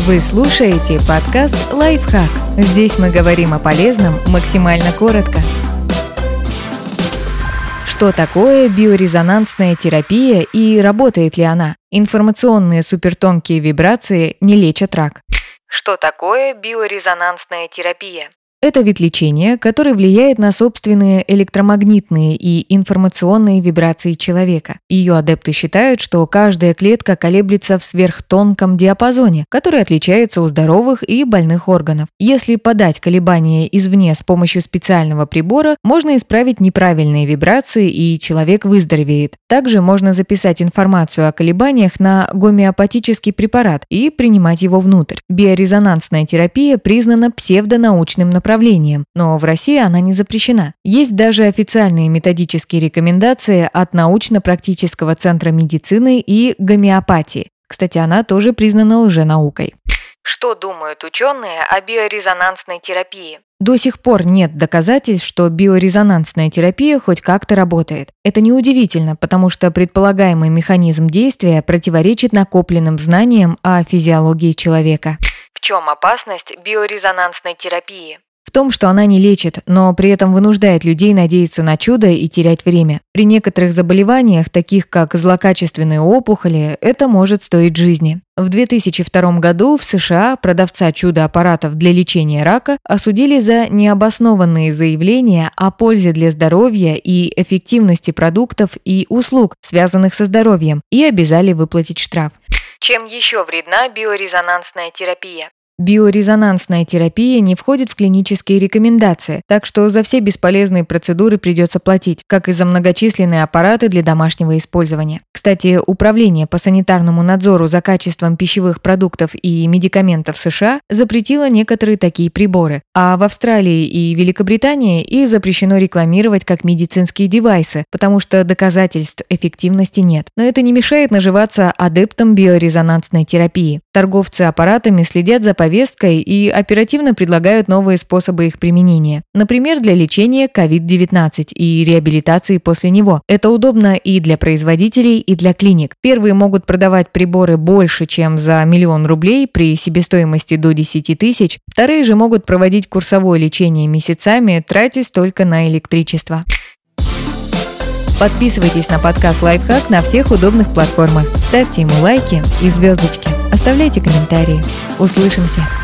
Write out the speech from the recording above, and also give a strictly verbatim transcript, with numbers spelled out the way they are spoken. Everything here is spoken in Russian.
Вы слушаете подкаст «Лайфхак». Здесь мы говорим о полезном максимально коротко. Что такое биорезонансная терапия и работает ли она? Информационные супертонкие вибрации не лечат рак. Что такое биорезонансная терапия? Это вид лечения, который влияет на собственные электромагнитные и информационные вибрации человека. Ее адепты считают, что каждая клетка колеблется в сверхтонком диапазоне, который отличается у здоровых и больных органов. Если подать колебания извне с помощью специального прибора, можно исправить неправильные вибрации, и человек выздоровеет. Также можно записать информацию о колебаниях на гомеопатический препарат и принимать его внутрь. Биорезонансная терапия признана псевдонаучным направлением. направлением, но в России она не запрещена. Есть даже официальные методические рекомендации от научно-практического центра медицины и гомеопатии. Кстати, она тоже признана лженаукой. Что думают ученые о биорезонансной терапии? До сих пор нет доказательств, что биорезонансная терапия хоть как-то работает. Это неудивительно, потому что предполагаемый механизм действия противоречит накопленным знаниям о физиологии человека. В чем опасность биорезонансной терапии? В том, что она не лечит, но при этом вынуждает людей надеяться на чудо и терять время. При некоторых заболеваниях, таких как злокачественные опухоли, это может стоить жизни. В две тысячи втором году в США продавца чудо-аппаратов для лечения рака осудили за необоснованные заявления о пользе для здоровья и эффективности продуктов и услуг, связанных со здоровьем, и обязали выплатить штраф. Чем еще вредна биорезонансная терапия? Биорезонансная терапия не входит в клинические рекомендации, так что за все бесполезные процедуры придется платить, как и за многочисленные аппараты для домашнего использования. Кстати, Управление по санитарному надзору за качеством пищевых продуктов и медикаментов США запретило некоторые такие приборы, а в Австралии и Великобритании их запрещено рекламировать как медицинские девайсы, потому что доказательств эффективности нет. Но это не мешает наживаться адептам биорезонансной терапии. Торговцы аппаратами следят за повесткой и оперативно предлагают новые способы их применения. Например, для лечения ковид девятнадцать и реабилитации после него. Это удобно и для производителей, и для клиник. Первые могут продавать приборы больше, чем за миллион рублей при себестоимости до десяти тысяч. Вторые же могут проводить курсовое лечение месяцами, тратясь только на электричество. Подписывайтесь на подкаст «Лайфхак» на всех удобных платформах. Ставьте ему лайки и звездочки. Оставляйте комментарии. Услышимся!